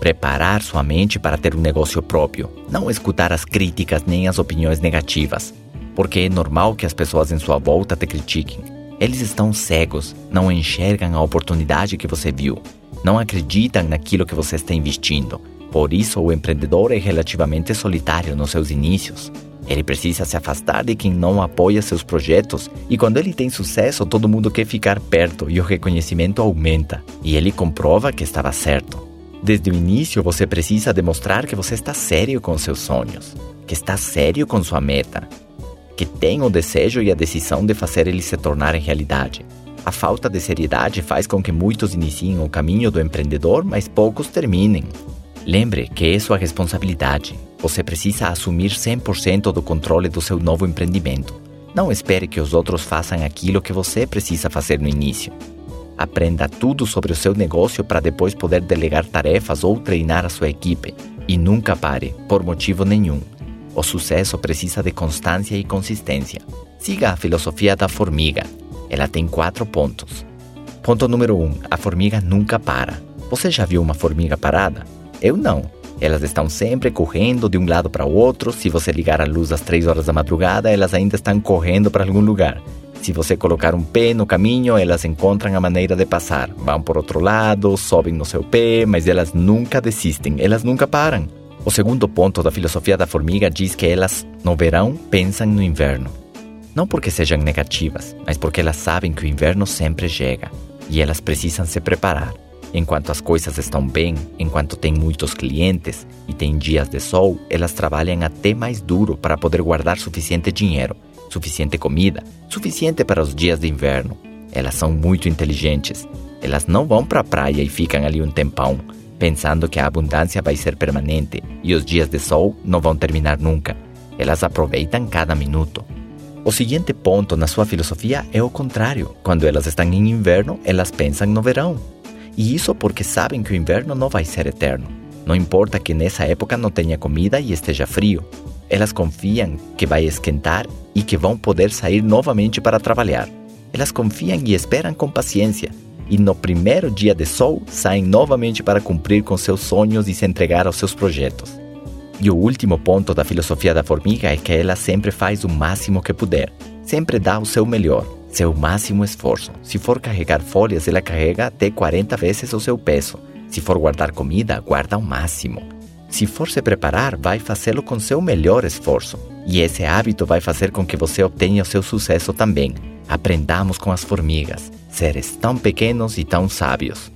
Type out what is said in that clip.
Preparar sua mente para ter um negócio próprio. Não escutar as críticas nem as opiniões negativas. Porque é normal que as pessoas em sua volta te critiquem. Eles estão cegos, não enxergam a oportunidade que você viu. Não acreditam naquilo que você está investindo. Por isso, o empreendedor é relativamente solitário nos seus inícios. Ele precisa se afastar de quem não apoia seus projetos e quando ele tem sucesso, todo mundo quer ficar perto e o reconhecimento aumenta. E ele comprova que estava certo. Desde o início, você precisa demonstrar que você está sério com seus sonhos, que está sério com sua meta, que tem o desejo e a decisão de fazer ele se tornar realidade. A falta de seriedade faz com que muitos iniciem o caminho do empreendedor, mas poucos terminem. Lembre que é sua responsabilidade. Você precisa assumir 100% do controle do seu novo empreendimento. Não espere que os outros façam aquilo que você precisa fazer no início. Aprenda tudo sobre o seu negócio para depois poder delegar tarefas ou treinar a sua equipe. E nunca pare, por motivo nenhum. O sucesso precisa de constância e consistência. Siga a filosofia da formiga. Ela tem 4 pontos. Ponto número 1. A formiga nunca para. Você já viu uma formiga parada? Eu não. Elas estão sempre correndo de um lado para o outro. Se você ligar a luz às 3 horas da madrugada, elas ainda estão correndo para algum lugar. Se você colocar um pé no caminho, elas encontram a maneira de passar. Vão por outro lado, sobem no seu pé, mas elas nunca desistem, elas nunca param. O segundo ponto da filosofia da formiga diz que elas, no verão, pensam no inverno. Não porque sejam negativas, mas porque elas sabem que o inverno sempre chega. E elas precisam se preparar. Enquanto as coisas estão bem, enquanto tem muitos clientes e tem dias de sol, elas trabalham até mais duro para poder guardar suficiente dinheiro, suficiente comida, suficiente para os dias de inverno. Elas são muito inteligentes. Elas não vão para a praia e ficam ali um tempão, pensando que a abundância vai ser permanente e os dias de sol não vão terminar nunca. Elas aproveitam cada minuto. O seguinte ponto na sua filosofia é o contrário. Quando elas estão em inverno, elas pensam no verão. E isso porque sabem que o inverno não vai ser eterno. Não importa que nessa época não tenha comida e esteja frio. Elas confiam que vai esquentar e que vão poder sair novamente para trabalhar. Elas confiam e esperam com paciência. E no primeiro dia de sol, saem novamente para cumprir com seus sonhos e se entregar aos seus projetos. E o último ponto da filosofia da formiga é que ela sempre faz o máximo que puder. Sempre dá o seu melhor, seu máximo esforço. Se for carregar folhas, ela carrega até 40 vezes o seu peso. Se for guardar comida, guarda ao máximo. Se for se preparar, vai fazê-lo com seu melhor esforço. E esse hábito vai fazer com que você obtenha o seu sucesso também. Aprendamos com as formigas, seres tão pequenos e tão sábios.